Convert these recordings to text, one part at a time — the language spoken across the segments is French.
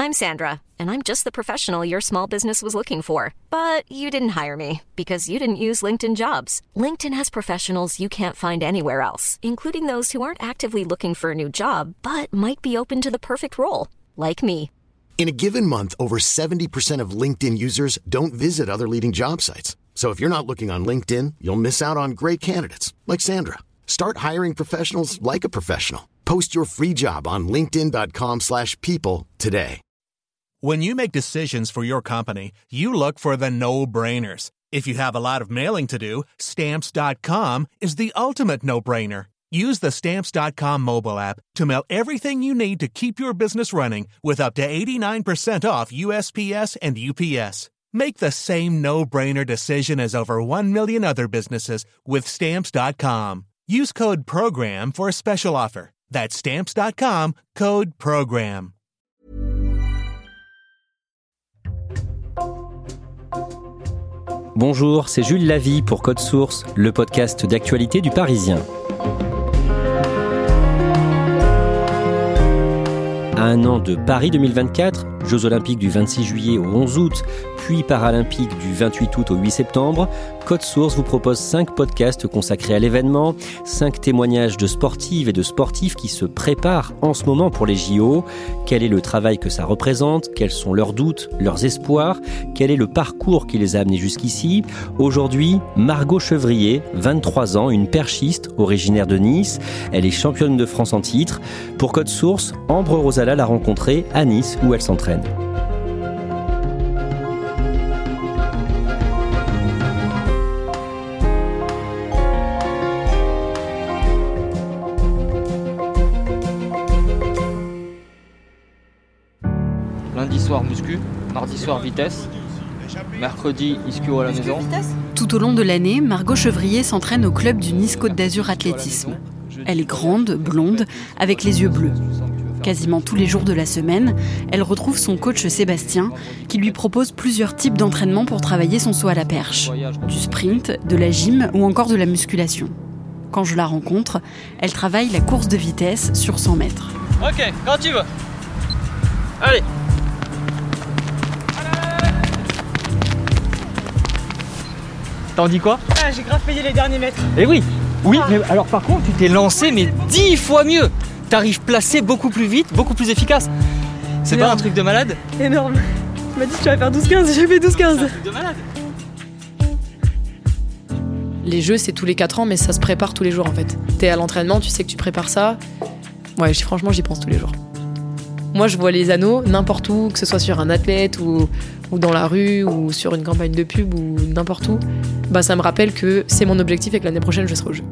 I'm Sandra, and I'm just the professional your small business was looking for. But you didn't hire me because you didn't use LinkedIn Jobs. LinkedIn has professionals you can't find anywhere else, including those who aren't actively looking for a new job, but might be open to the perfect role, like me. In a given month, over 70% of LinkedIn users don't visit other leading job sites. So if you're not looking on LinkedIn, you'll miss out on great candidates like Sandra. Start hiring professionals like a professional. Post your free job on linkedin.com/people today. When you make decisions for your company, you look for the no-brainers. If you have a lot of mailing to do, Stamps.com is the ultimate no-brainer. Use the Stamps.com mobile app to mail everything you need to keep your business running with up to 89% off USPS and UPS. Make the same no-brainer decision as over 1 million other businesses with Stamps.com. Use code PROGRAM for a special offer. That's Stamps.com, code PROGRAM. Bonjour, c'est Jules Lavie pour Code Source, le podcast d'actualité du Parisien. À un an de Paris 2024, Jeux Olympiques du 26 juillet au 11 août, puis Paralympiques du 28 août au 8 septembre, Code Source vous propose 5 podcasts consacrés à l'événement, 5 témoignages de sportives et de sportifs qui se préparent en ce moment pour les JO. Quel est le travail que ça représente ? Quels sont leurs doutes, leurs espoirs ? Quel est le parcours qui les a amenés jusqu'ici ? Aujourd'hui, Margot Chevrier, 23 ans, une perchiste originaire de Nice. Elle est championne de France en titre. Pour Code Source, Ambre Rosala l'a rencontrée à Nice où elle s'entraîne. Lundi soir muscu, mardi soir vitesse, mercredi ischio à la maison. Tout au long de l'année, Margot Chevrier s'entraîne au club du Nice Côte d'Azur Athlétisme. Elle est grande, blonde, avec les yeux bleus. Quasiment tous les jours de la semaine, elle retrouve son coach Sébastien qui lui propose plusieurs types d'entraînement pour travailler son saut à la perche. Du sprint, de la gym ou encore de la musculation. Quand je la rencontre, elle travaille la course de vitesse sur 100 mètres. Ok, quand tu veux. Allez. T'en dis quoi ? Ah, j'ai grave payé les derniers mètres. Eh oui, mais alors par contre, tu t'es lancé mais 10 fois mieux. T'arrives placé beaucoup plus vite, beaucoup plus efficace. C'est pas un truc de malade ? Énorme. Tu m'as dit que tu vas faire 12-15, j'ai fait 12-15. C'est un truc de malade. Les jeux, c'est tous les 4 ans, mais ça se prépare tous les jours en fait. T'es à l'entraînement, tu sais que tu prépares ça. Ouais, franchement, j'y pense tous les jours. Moi, je vois les anneaux n'importe où, que ce soit sur un athlète ou dans la rue ou sur une campagne de pub ou n'importe où. Bah, ça me rappelle que c'est mon objectif et que l'année prochaine, je serai au jeu.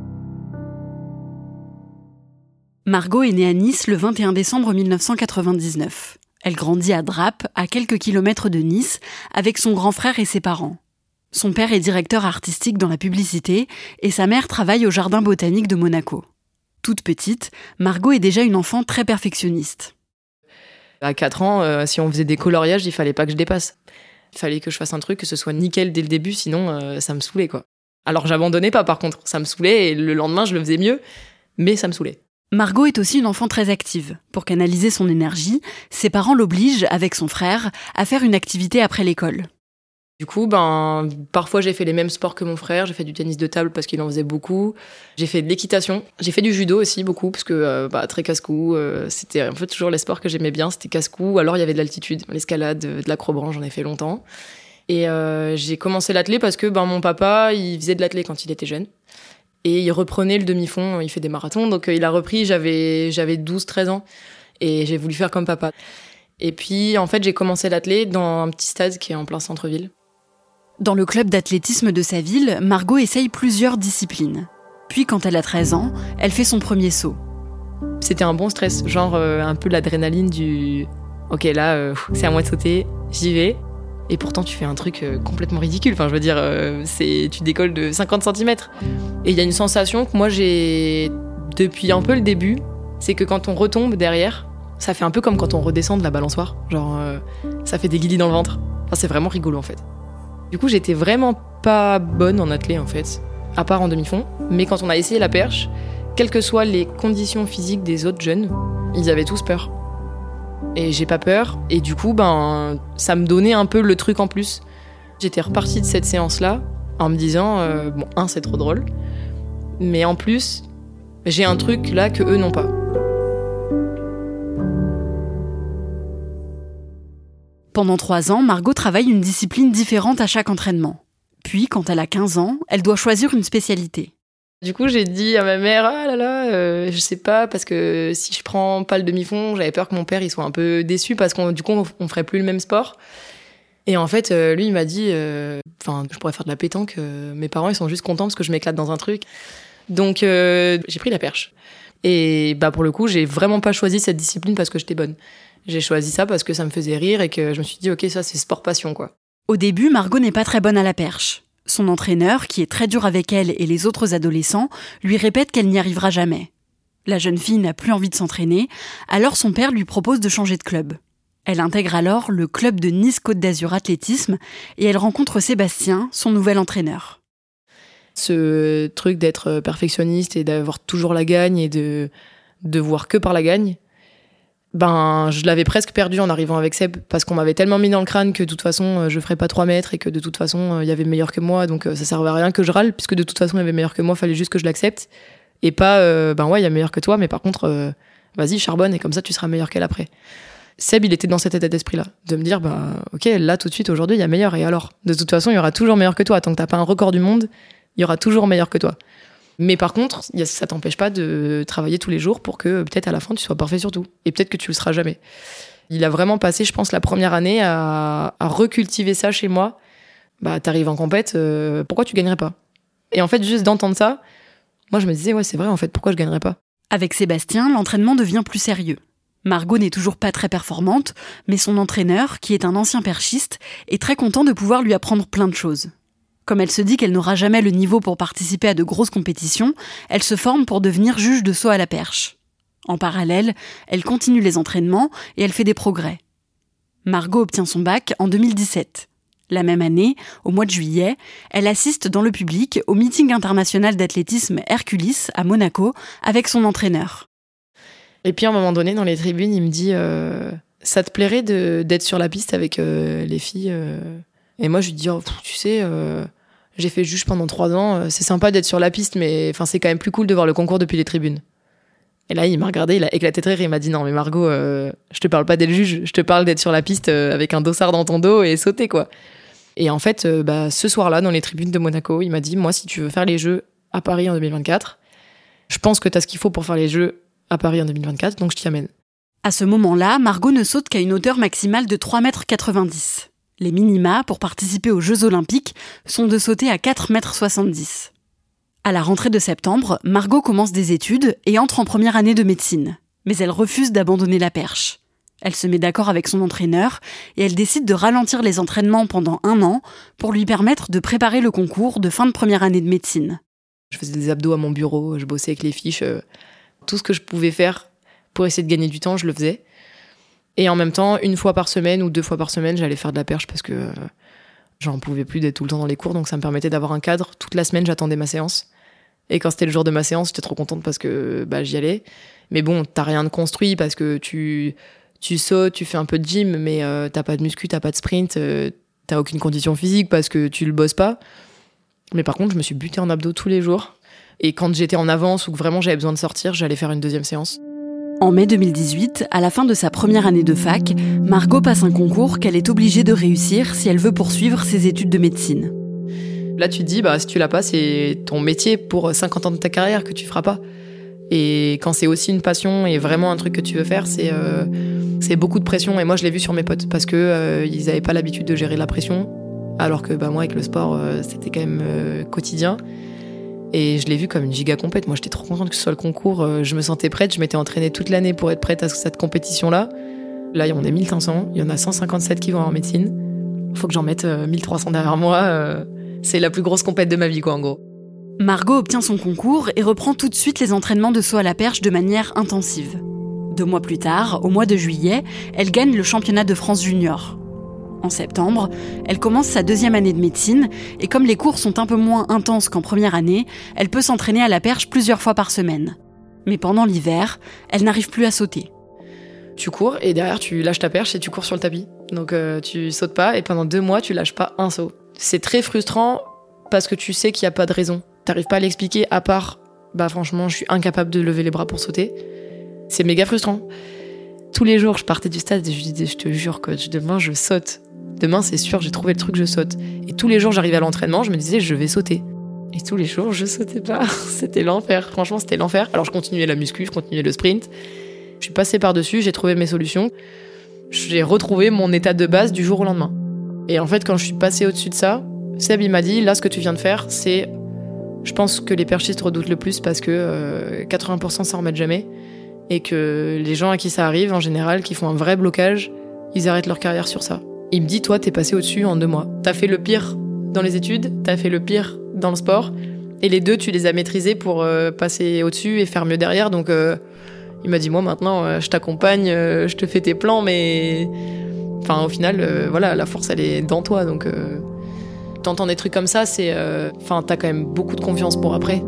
Margot est née à Nice le 21 décembre 1999. Elle grandit à Drappes, à quelques kilomètres de Nice, avec son grand frère et ses parents. Son père est directeur artistique dans la publicité et sa mère travaille au jardin botanique de Monaco. Toute petite, Margot est déjà une enfant très perfectionniste. À 4 ans, si on faisait des coloriages, il fallait pas que je dépasse. Il fallait que je fasse un truc, que ce soit nickel dès le début, sinon ça me saoulait, quoi. Alors j'abandonnais pas, par contre. Ça me saoulait et le lendemain, je le faisais mieux, mais ça me saoulait. Margot est aussi une enfant très active. Pour canaliser son énergie, ses parents l'obligent, avec son frère, à faire une activité après l'école. Du coup, parfois j'ai fait les mêmes sports que mon frère. J'ai fait du tennis de table parce qu'il en faisait beaucoup. J'ai fait de l'équitation. J'ai fait du judo aussi beaucoup parce que très casse-cou. C'était un peu toujours les sports que j'aimais bien. C'était casse-cou. Alors il y avait de l'altitude, l'escalade, de l'acrobranche. J'en ai fait longtemps. Et j'ai commencé l'athlé parce que mon papa, il faisait de l'athlé quand il était jeune. Et il reprenait le demi-fond. Il fait des marathons. Donc il a repris. J'avais 12-13 ans. Et j'ai voulu faire comme papa. Et puis en fait, j'ai commencé l'athlé dans un petit stade qui est en plein centre-ville. Dans le club d'athlétisme de sa ville, Margot essaye plusieurs disciplines. Puis quand elle a 13 ans, elle fait son premier saut. C'était un bon stress, genre un peu l'adrénaline du « Ok, là, c'est à moi de sauter, j'y vais ». Et pourtant, tu fais un truc complètement ridicule. Enfin, je veux dire, tu décolles de 50 cm. Et il y a une sensation que moi, j'ai depuis un peu le début, c'est que quand on retombe derrière, ça fait un peu comme quand on redescend de la balançoire. Genre, ça fait des guillis dans le ventre. Enfin, c'est vraiment rigolo, en fait. Du coup, j'étais vraiment pas bonne en athlé, en fait, à part en demi-fond. Mais quand on a essayé la perche, quelles que soient les conditions physiques des autres jeunes, ils avaient tous peur. et j'ai pas peur. Et du coup, ça me donnait un peu le truc en plus. J'étais repartie de cette séance-là en me disant, c'est trop drôle, mais en plus, j'ai un truc là que eux n'ont pas. Pendant 3 ans, Margot travaille une discipline différente à chaque entraînement. Puis, quand elle a 15 ans, elle doit choisir une spécialité. Du coup, j'ai dit à ma mère, je sais pas, parce que si je prends pas le demi-fond, j'avais peur que mon père il soit un peu déçu, parce qu'on ferait plus le même sport. Et en fait, lui, il m'a dit, je pourrais faire de la pétanque, mes parents, ils sont juste contents parce que je m'éclate dans un truc. Donc, j'ai pris la perche. Et pour le coup, j'ai vraiment pas choisi cette discipline parce que j'étais bonne. J'ai choisi ça parce que ça me faisait rire et que je me suis dit, ok, ça, c'est sport passion, quoi. Au début, Margot n'est pas très bonne à la perche. Son entraîneur, qui est très dur avec elle et les autres adolescents, lui répète qu'elle n'y arrivera jamais. La jeune fille n'a plus envie de s'entraîner, alors son père lui propose de changer de club. Elle intègre alors le club de Nice-Côte d'Azur Athlétisme et elle rencontre Sébastien, son nouvel entraîneur. Ce truc d'être perfectionniste et d'avoir toujours la gagne et de voir que par la gagne, je l'avais presque perdu en arrivant avec Seb parce qu'on m'avait tellement mis dans le crâne que de toute façon je ferais pas 3 mètres et que de toute façon il y avait meilleur que moi, donc ça servait à rien que je râle puisque de toute façon il y avait meilleur que moi, fallait juste que je l'accepte et pas il y a meilleur que toi mais par contre vas-y charbonne et comme ça tu seras meilleur qu'elle après. Seb il était dans cet état d'esprit là de me dire ok là tout de suite aujourd'hui il y a meilleur et alors de toute façon il y aura toujours meilleur que toi, tant que t'as pas un record du monde il y aura toujours meilleur que toi. Mais par contre, ça t'empêche pas de travailler tous les jours pour que peut-être à la fin tu sois parfait sur tout. Et peut-être que tu le seras jamais. Il a vraiment passé, je pense, la première année à recultiver ça chez moi. T'arrives en compète, pourquoi tu gagnerais pas ? Et en fait, juste d'entendre ça, moi je me disais, ouais, c'est vrai, en fait, pourquoi je gagnerais pas ? Avec Sébastien, l'entraînement devient plus sérieux. Margot n'est toujours pas très performante, mais son entraîneur, qui est un ancien perchiste, est très content de pouvoir lui apprendre plein de choses. Comme elle se dit qu'elle n'aura jamais le niveau pour participer à de grosses compétitions, elle se forme pour devenir juge de saut à la perche. En parallèle, elle continue les entraînements et elle fait des progrès. Margot obtient son bac en 2017. La même année, au mois de juillet, elle assiste dans le public au meeting international d'athlétisme Herculis à Monaco avec son entraîneur. Et puis à un moment donné, dans les tribunes, il me dit « Ça te plairait d'être sur la piste avec les filles ?» Et moi, je lui dis « Tu sais... j'ai fait juge pendant 3 ans, c'est sympa d'être sur la piste, mais c'est quand même plus cool de voir le concours depuis les tribunes. » Et là, il m'a regardé, il a éclaté de rire et il m'a dit « Non, mais Margot, je te parle pas d'être juge, je te parle d'être sur la piste avec un dossard dans ton dos et sauter, quoi. » Et en fait, ce soir-là, dans les tribunes de Monaco, il m'a dit « Moi, si tu veux faire les Jeux à Paris en 2024, je pense que t'as ce qu'il faut pour faire les Jeux à Paris en 2024, donc je t'y amène. » À ce moment-là, Margot ne saute qu'à une hauteur maximale de 3,90 m. Les minima pour participer aux Jeux Olympiques sont de sauter à 4,70 m. À la rentrée de septembre, Margot commence des études et entre en première année de médecine. Mais elle refuse d'abandonner la perche. Elle se met d'accord avec son entraîneur et elle décide de ralentir les entraînements pendant 1 an pour lui permettre de préparer le concours de fin de première année de médecine. Je faisais des abdos à mon bureau, je bossais avec les fiches. Tout ce que je pouvais faire pour essayer de gagner du temps, je le faisais. Et en même temps, 1 fois par semaine ou 2 fois par semaine, j'allais faire de la perche parce que j'en pouvais plus d'être tout le temps dans les cours. Donc ça me permettait d'avoir un cadre. Toute la semaine, j'attendais ma séance. Et quand c'était le jour de ma séance, j'étais trop contente parce que j'y allais. Mais bon, t'as rien de construit parce que tu sautes, tu fais un peu de gym, mais t'as pas de muscu, t'as pas de sprint, t'as aucune condition physique parce que tu le bosses pas. Mais par contre, je me suis butée en abdos tous les jours. Et quand j'étais en avance ou que vraiment j'avais besoin de sortir, j'allais faire une 2e séance. En mai 2018, à la fin de sa première année de fac, Margot passe un concours qu'elle est obligée de réussir si elle veut poursuivre ses études de médecine. Là, tu te dis, si tu l'as pas, c'est ton métier pour 50 ans de ta carrière que tu feras pas. Et quand c'est aussi une passion et vraiment un truc que tu veux faire, c'est beaucoup de pression. Et moi, je l'ai vu sur mes potes parce que ils avaient pas l'habitude de gérer la pression, alors que moi, avec le sport, c'était quand même quotidien. Et je l'ai vu comme une giga compète. Moi, j'étais trop contente que ce soit le concours. Je me sentais prête. Je m'étais entraînée toute l'année pour être prête à cette compétition-là. Là, on est 1500. Il y en a 157 qui vont en médecine. Faut que j'en mette 1300 derrière moi. C'est la plus grosse compète de ma vie, quoi, en gros. Margot obtient son concours et reprend tout de suite les entraînements de saut à la perche de manière intensive. 2 mois plus tard, au mois de juillet, elle gagne le championnat de France junior. En septembre, elle commence sa 2e année de médecine et comme les cours sont un peu moins intenses qu'en première année, elle peut s'entraîner à la perche plusieurs fois par semaine. Mais pendant l'hiver, elle n'arrive plus à sauter. Tu cours et derrière tu lâches ta perche et tu cours sur le tapis. Donc tu sautes pas et pendant 2 mois tu lâches pas un saut. C'est très frustrant parce que tu sais qu'il y a pas de raison. T'arrives pas à l'expliquer à part, franchement je suis incapable de lever les bras pour sauter. C'est méga frustrant. Tous les jours je partais du stade et je disais je te jure coach, demain je saute. Demain c'est sûr j'ai trouvé le truc, je saute. Et tous les jours j'arrivais à l'entraînement, je me disais je vais sauter. Et tous les jours je sautais pas. C'était l'enfer, franchement c'était l'enfer. Alors je continuais la muscu, je continuais le sprint. Je suis passée par-dessus, j'ai trouvé mes solutions. J'ai retrouvé mon état de base du jour au lendemain. Et en fait, quand je suis passée au-dessus de ça, Seb, il m'a dit, là, ce que tu viens de faire, c'est... Je pense que les perchistes redoutent le plus parce que 80% s'en remettent jamais. Et que les gens à qui ça arrive, en général, qui font un vrai blocage, ils arrêtent leur carrière sur ça. Il me dit, toi, t'es passé au-dessus en 2 mois. T'as fait le pire dans les études, t'as fait le pire dans le sport. Et les 2, tu les as maîtrisés pour passer au-dessus et faire mieux derrière. Donc... Il m'a dit, moi maintenant, je t'accompagne, je te fais tes plans, mais... Enfin, au final, voilà, la force, elle est dans toi, donc... T'entends des trucs comme ça, c'est... Enfin, t'as quand même beaucoup de confiance pour après.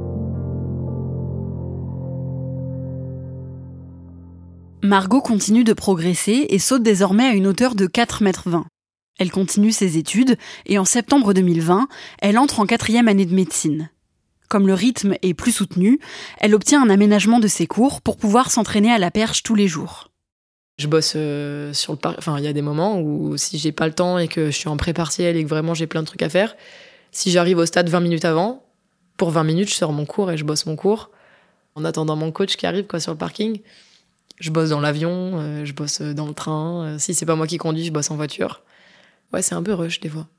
Margot continue de progresser et saute désormais à une hauteur de 4,20 m. Elle continue ses études et en septembre 2020, elle entre en 4e année de médecine. Comme le rythme est plus soutenu, elle obtient un aménagement de ses cours pour pouvoir s'entraîner à la perche tous les jours. Je bosse sur le parc. Enfin, il y a des moments où si j'ai pas le temps et que je suis en pré-partiel et que vraiment j'ai plein de trucs à faire, si j'arrive au stade 20 minutes avant, pour 20 minutes, je sors mon cours et je bosse mon cours. En attendant mon coach qui arrive sur le parking, je bosse dans l'avion, je bosse dans le train. Si c'est pas moi qui conduis, je bosse en voiture. Ouais, c'est un peu rush des fois.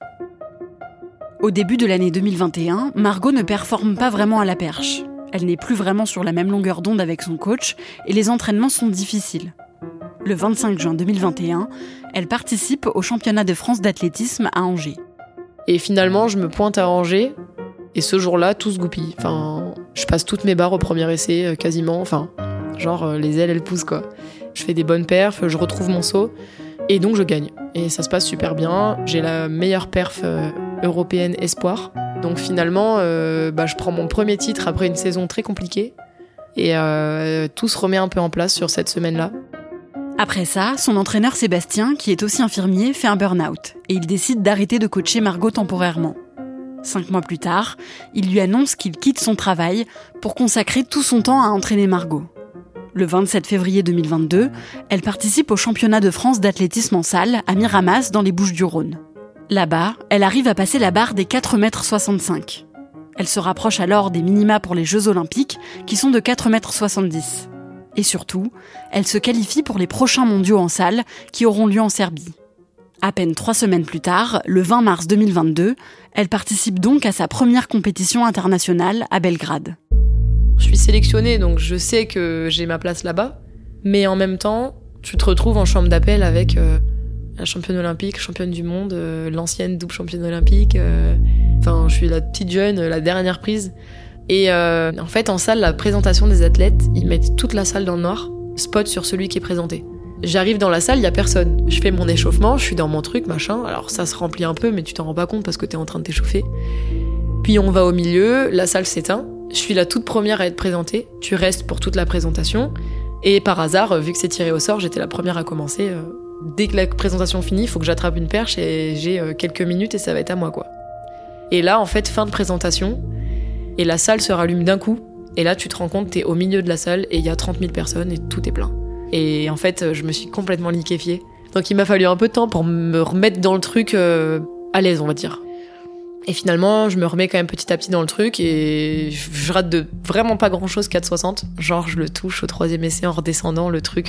Au début de l'année 2021, Margot ne performe pas vraiment à la perche. Elle n'est plus vraiment sur la même longueur d'onde avec son coach et les entraînements sont difficiles. Le 25 juin 2021, elle participe au championnat de France d'athlétisme à Angers. Et finalement, je me pointe à Angers et ce jour-là, tout se goupille. Enfin, je passe toutes mes barres au premier essai, quasiment. Enfin, genre les ailes, elles poussent quoi. Je fais des bonnes perfs, je retrouve mon saut et donc je gagne. Et ça se passe super bien. J'ai la meilleure perf européenne espoir. Donc finalement, je prends mon premier titre après une saison très compliquée. Et tout se remet un peu en place sur cette semaine-là. Après ça, son entraîneur Sébastien, qui est aussi infirmier, fait un burn-out. Et il décide d'arrêter de coacher Margot temporairement. 5 mois plus tard, il lui annonce qu'il quitte son travail pour consacrer tout son temps à entraîner Margot. Le 27 février 2022, elle participe au championnat de France d'athlétisme en salle à Miramas dans les Bouches-du-Rhône. Là-bas, elle arrive à passer la barre des 4,65 m. Elle se rapproche alors des minima pour les Jeux Olympiques, qui sont de 4,70 m. Et surtout, elle se qualifie pour les prochains mondiaux en salle, qui auront lieu en Serbie. À peine 3 semaines plus tard, le 20 mars 2022, elle participe donc à sa première compétition internationale à Belgrade. Je suis sélectionnée, donc je sais que j'ai ma place là-bas. Mais en même temps, tu te retrouves en chambre d'appel avec la championne olympique, championne du monde, l'ancienne double championne olympique. Enfin, je suis la petite jeune, la dernière prise. Et en fait, en salle, la présentation des athlètes, ils mettent toute la salle dans le noir, spot sur celui qui est présenté. J'arrive dans la salle, il y a personne. Je fais mon échauffement, je suis dans mon truc, machin. Alors ça se remplit un peu, mais tu t'en rends pas compte parce que t'es en train de t'échauffer. Puis on va au milieu, la salle s'éteint. Je suis la toute première à être présentée. Tu restes pour toute la présentation. Et par hasard, vu que c'est tiré au sort, j'étais la première à commencer. Dès que la présentation finit, il faut que j'attrape une perche et j'ai quelques minutes et ça va être à moi, quoi. Et là, en fait, fin de présentation, et la salle se rallume d'un coup. Et là, tu te rends compte, t'es au milieu de la salle et il y a 30 000 personnes et tout est plein. Et en fait, je me suis complètement liquéfiée. Donc il m'a fallu un peu de temps pour me remettre dans le truc à l'aise, on va dire. Et finalement, je me remets quand même petit à petit dans le truc et je rate de vraiment pas grand-chose 4,60. Genre, je le touche au 3e essai en redescendant, le truc,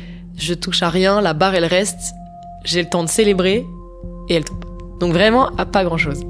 je touche à rien, la barre elle reste, j'ai le temps de célébrer et elle tombe. Donc vraiment, à pas grand-chose.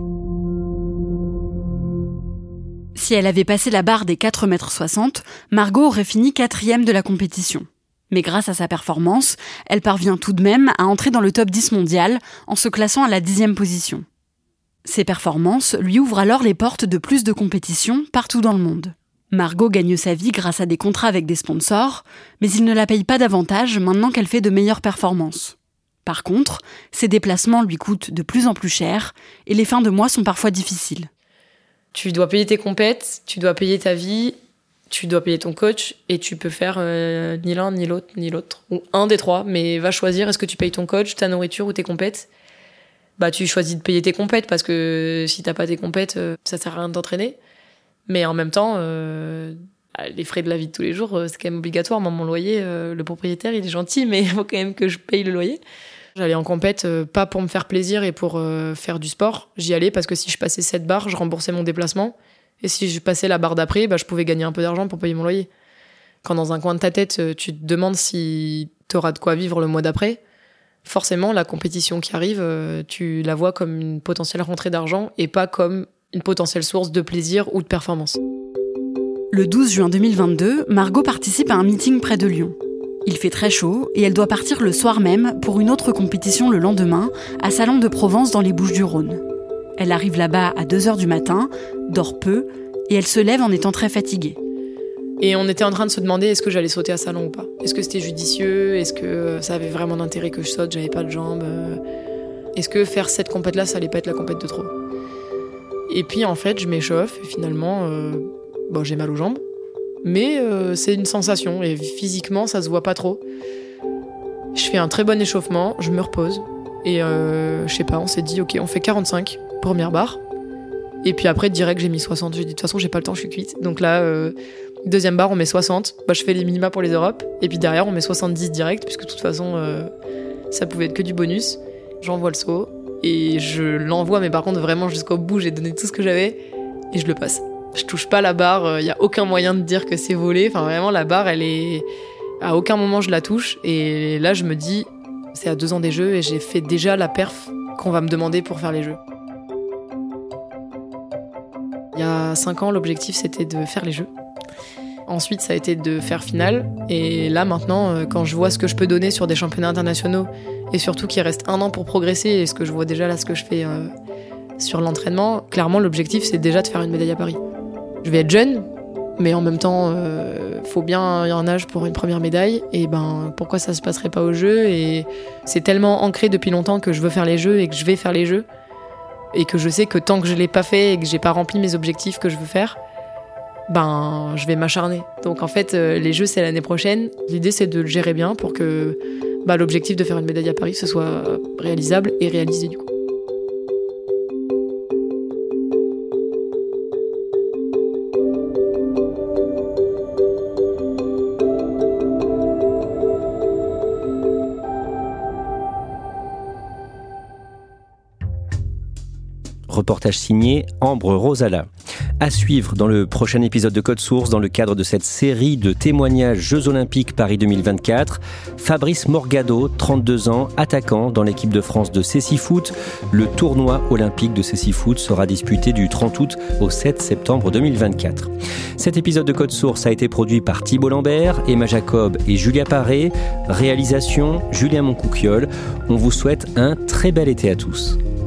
Si elle avait passé la barre des 4,60 m, Margot aurait fini 4e de la compétition. Mais grâce à sa performance, elle parvient tout de même à entrer dans le top 10 mondial en se classant à la 10e position. Ces performances lui ouvrent alors les portes de plus de compétitions partout dans le monde. Margot gagne sa vie grâce à des contrats avec des sponsors, mais ils ne la payent pas davantage maintenant qu'elle fait de meilleures performances. Par contre, ses déplacements lui coûtent de plus en plus cher et les fins de mois sont parfois difficiles. Tu dois payer tes compètes, tu dois payer ta vie, tu dois payer ton coach et tu peux faire ni l'un, ni l'autre. Ou un des trois, mais va choisir, est-ce que tu payes ton coach, ta nourriture ou tes compètes ? Bah, tu choisis de payer tes compètes parce que si t'as pas tes compètes, ça sert à rien de t'entraîner. Mais en même temps, les frais de la vie de tous les jours, c'est quand même obligatoire. Moi, mon loyer, le propriétaire, il est gentil, mais il faut quand même que je paye le loyer. J'allais en compète, pas pour me faire plaisir et pour faire du sport. J'y allais parce que si je passais 7 barres, je remboursais mon déplacement. Et si je passais la barre d'après, bah, je pouvais gagner un peu d'argent pour payer mon loyer. Quand dans un coin de ta tête, tu te demandes si t'auras de quoi vivre le mois d'après, forcément, la compétition qui arrive, tu la vois comme une potentielle rentrée d'argent et pas comme une potentielle source de plaisir ou de performance. Le 12 juin 2022, Margot participe à un meeting près de Lyon. Il fait très chaud et elle doit partir le soir même pour une autre compétition le lendemain, à Salon de Provence dans les Bouches-du-Rhône. Elle arrive là-bas à 2h du matin, dort peu, et elle se lève en étant très fatiguée. Et on était en train de se demander est-ce que j'allais sauter à Salon ou pas. Est-ce que c'était judicieux ? Est-ce que ça avait vraiment d'intérêt que je saute ? J'avais pas de jambes. Est-ce que faire cette compète-là, ça allait pas être la compète de trop ? Et puis en fait, je m'échauffe et finalement, j'ai mal aux jambes. Mais c'est une sensation et physiquement, ça se voit pas trop. Je fais un très bon échauffement, je me repose. Et je sais pas, on s'est dit ok, on fait 45, première barre. Et puis après, direct, j'ai mis 60. J'ai dit de toute façon, j'ai pas le temps, je suis cuite. Donc là, deuxième barre, on met 60. Je fais les minima pour les Europes. Et puis derrière, on met 70 direct, puisque de toute façon, ça pouvait être que du bonus. J'envoie le saut et je l'envoie, mais par contre, vraiment jusqu'au bout, j'ai donné tout ce que j'avais et je le passe. Je touche pas la barre, y a aucun moyen de dire que c'est volé. Enfin, vraiment, la barre, elle est... À aucun moment, je la touche. Et là, je me dis, c'est à 2 ans des Jeux et j'ai fait déjà la perf qu'on va me demander pour faire les Jeux. Il y a 5 ans, l'objectif, c'était de faire les Jeux. Ensuite, ça a été de faire finale. Et là, maintenant, quand je vois ce que je peux donner sur des championnats internationaux, et surtout qu'il reste 1 an pour progresser, et ce que je vois déjà là, ce que je fais sur l'entraînement, clairement, l'objectif, c'est déjà de faire une médaille à Paris. Je vais être jeune, mais en même temps, faut bien un âge pour une première médaille. Et pourquoi ça se passerait pas aux Jeux ? Et c'est tellement ancré depuis longtemps que je veux faire les Jeux et que je vais faire les Jeux. Et que je sais que tant que je l'ai pas fait et que j'ai pas rempli mes objectifs que je veux faire, je vais m'acharner. Donc en fait, les Jeux, c'est l'année prochaine. L'idée, c'est de le gérer bien pour que l'objectif de faire une médaille à Paris, ce soit réalisable et réalisé du coup. Reportage signé Ambre Rosala. À suivre dans le prochain épisode de Code Source, dans le cadre de cette série de témoignages Jeux Olympiques Paris 2024, Fabrice Morgado, 32 ans, attaquant dans l'équipe de France de cécifoot. Le tournoi olympique de cécifoot sera disputé du 30 août au 7 septembre 2024. Cet épisode de Code Source a été produit par Thibault Lambert, Emma Jacob et Julia Paré. Réalisation, Julien Moncouquiol. On vous souhaite un très bel été à tous.